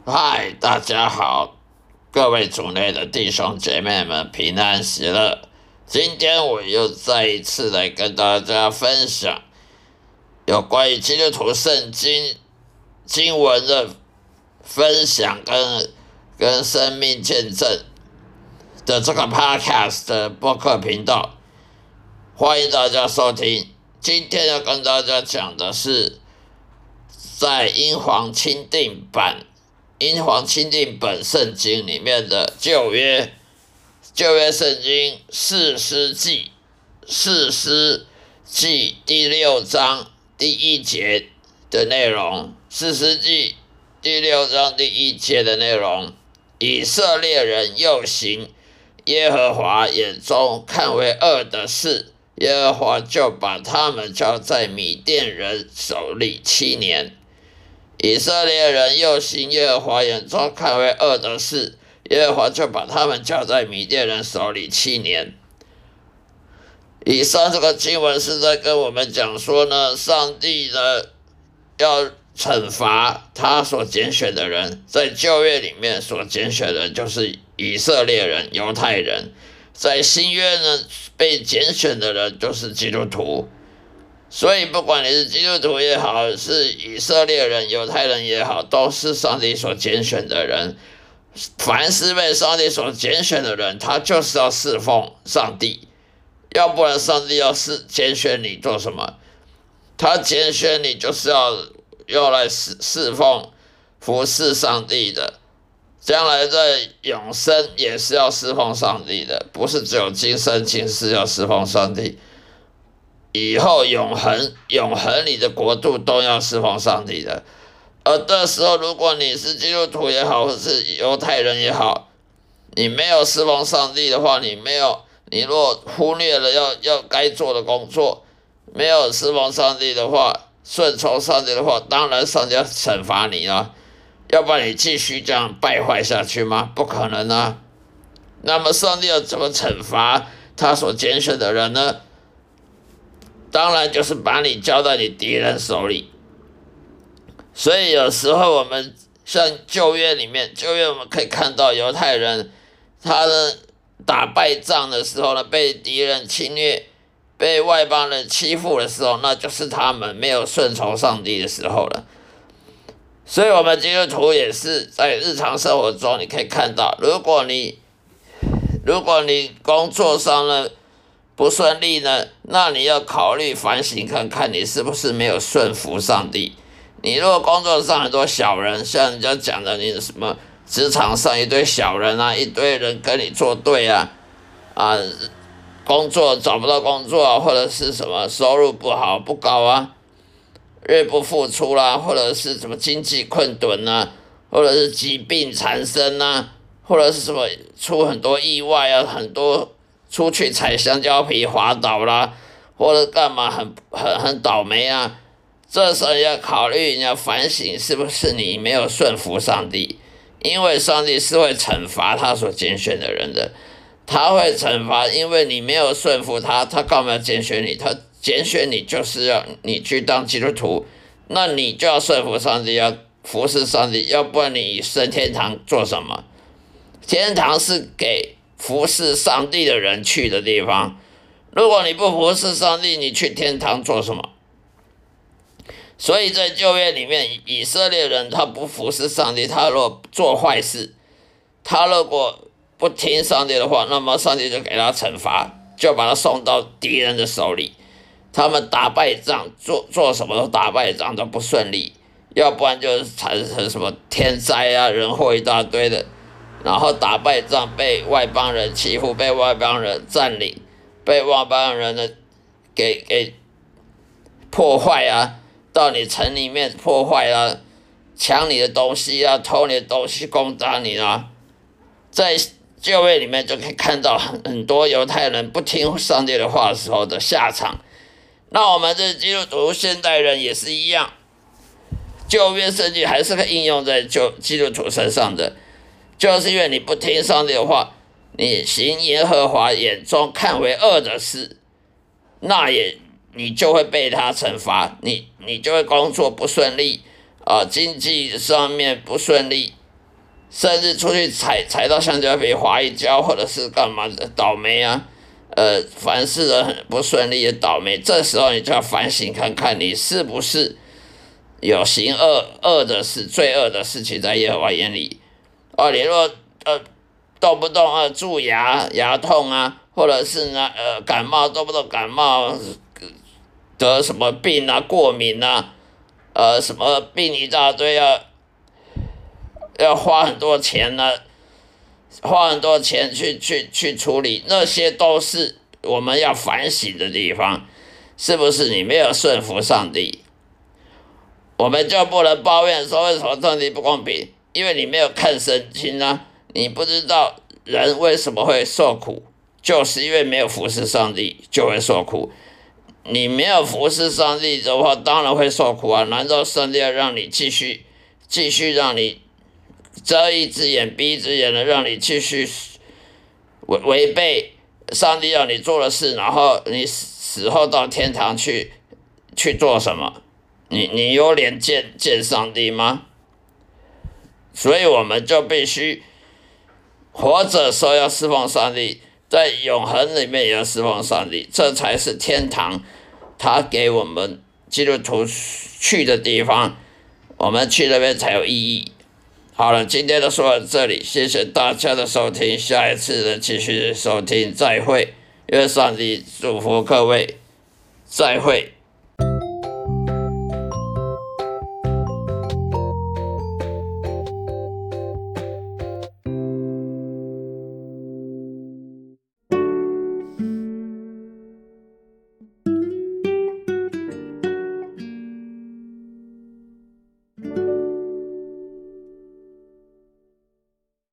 嗨，大家好，各位族内的弟兄姐妹们，平安喜乐。今天我又再一次来跟大家分享有关于基督徒圣经经文的分享跟生命见证的这个 podcast 的播客频道，欢迎大家收听。今天要跟大家讲的是，在英皇钦定本圣经里面的旧约圣经士师记第6章第1节的内容。士师记第6章第1节的内容，以色列人又行耶和华眼中看为恶的事，耶和华就把他们交在米甸人手里7年。以色列人又行耶和华眼中看为恶的事，耶和华就把他们交在米甸人手里7年。以上这个经文是在跟我们讲说呢，上帝呢要惩罚他所拣选的人，在旧约里面所拣选的就是以色列人、犹太人，在新约呢被拣选的人就是基督徒。所以不管你是基督徒也好，是以色列人、犹太人也好，都是上帝所拣选的人。凡是被上帝所拣选的人，他就是要侍奉上帝，要不然上帝要拣选你做什么？他拣选你就是要来侍奉、服侍上帝的，将来在永生也是要侍奉上帝的，不是只有今生今世要侍奉上帝。以后永恒里的国度都要侍奉上帝的。而这时候，如果你是基督徒也好，或是犹太人也好，你没有侍奉上帝的话，你若忽略了要该做的工作，没有侍奉上帝的话，顺从上帝的话，当然上帝要惩罚你了。要不然你继续这样败坏下去吗？不可能啊。那么上帝要怎么惩罚他所拣选的人呢？当然就是把你交在你敌人手里。所以有时候我们像旧约我们可以看到犹太人他的打败仗的时候呢，被敌人侵略，被外邦人欺负的时候，那就是他们没有顺从上帝的时候了。所以我们基督徒也是在日常生活中你可以看到，如果你工作上呢不顺利呢，那你要考虑反省看看你是不是没有顺服上帝。你如果工作上很多小人，像人家讲的，你什么职场上一堆小人啊，一堆人跟你作对啊，工作找不到工作啊，或者是什么收入不好不高啊，日不付出啦，或者是什么经济困顿啊，或者是疾病缠身啊，或者是什么出很多意外啊，很多出去采香蕉皮滑倒啦，或者干嘛很倒霉啊。这时候要考虑，你要反省是不是你没有顺服上帝，因为上帝是会惩罚他所拣选的人的，他会惩罚，因为你没有顺服他干嘛要拣选你？他拣选你就是要你去当基督徒，那你就要顺服上帝，要服侍上帝，要不然你升天堂做什么？天堂是给服侍上帝的人去的地方，如果你不服侍上帝，你去天堂做什么？所以在旧约里面，以色列人他不服侍上帝，他若做坏事，他如果不听上帝的话，那么上帝就给他惩罚，就把他送到敌人的手里。他们打败仗，做什么都打败仗都不顺利，要不然就是产生什么天灾啊、人祸一大堆的，然后打败仗被外邦人欺负，被外邦人占领，被外邦人的给破坏啊。到你城里面破坏啊，抢你的东西啊，偷你的东西，攻打你啊。在旧约里面就可以看到很多犹太人不听上帝的话的时候的下场。那我们这基督徒现代人也是一样，旧约圣经还是可以应用在基督徒身上的，就是因为你不听上帝的话，你行耶和华眼中看为恶的事，那你就会被他惩罚，你就会工作不顺利经济上面不顺利甚至出去踩到香蕉皮滑一跤，或者是干嘛的倒霉啊，凡事都很不顺利的倒霉，这时候你就要反省看看，你是不是有行恶的事、罪恶的事情在耶和华眼里。你若动不动蛀牙痛啊，或者是呢感冒动不动感冒得什么病啊过敏啊，什么病一大堆要花很多钱呢，花很多钱去处理，那些都是我们要反省的地方，是不是你没有顺服上帝？我们就不能抱怨说为什么上帝不公平，因为你没有看圣经啊，你不知道人为什么会受苦，就是因为没有服侍上帝就会受苦。你没有服侍上帝的话，当然会受苦啊！难道上帝要让你继续让你遮一只眼闭一只眼的，让你继续违背上帝要你做的事，然后你死后到天堂去做什么？你有脸见上帝吗？所以我们就必须活着的时候要侍奉上帝，在永恒里面也要侍奉上帝，这才是天堂他给我们基督徒去的地方，我们去那边才有意义。好了，今天就说到这里，谢谢大家的收听，下一次的继续收听，再会，愿上帝祝福各位，再会。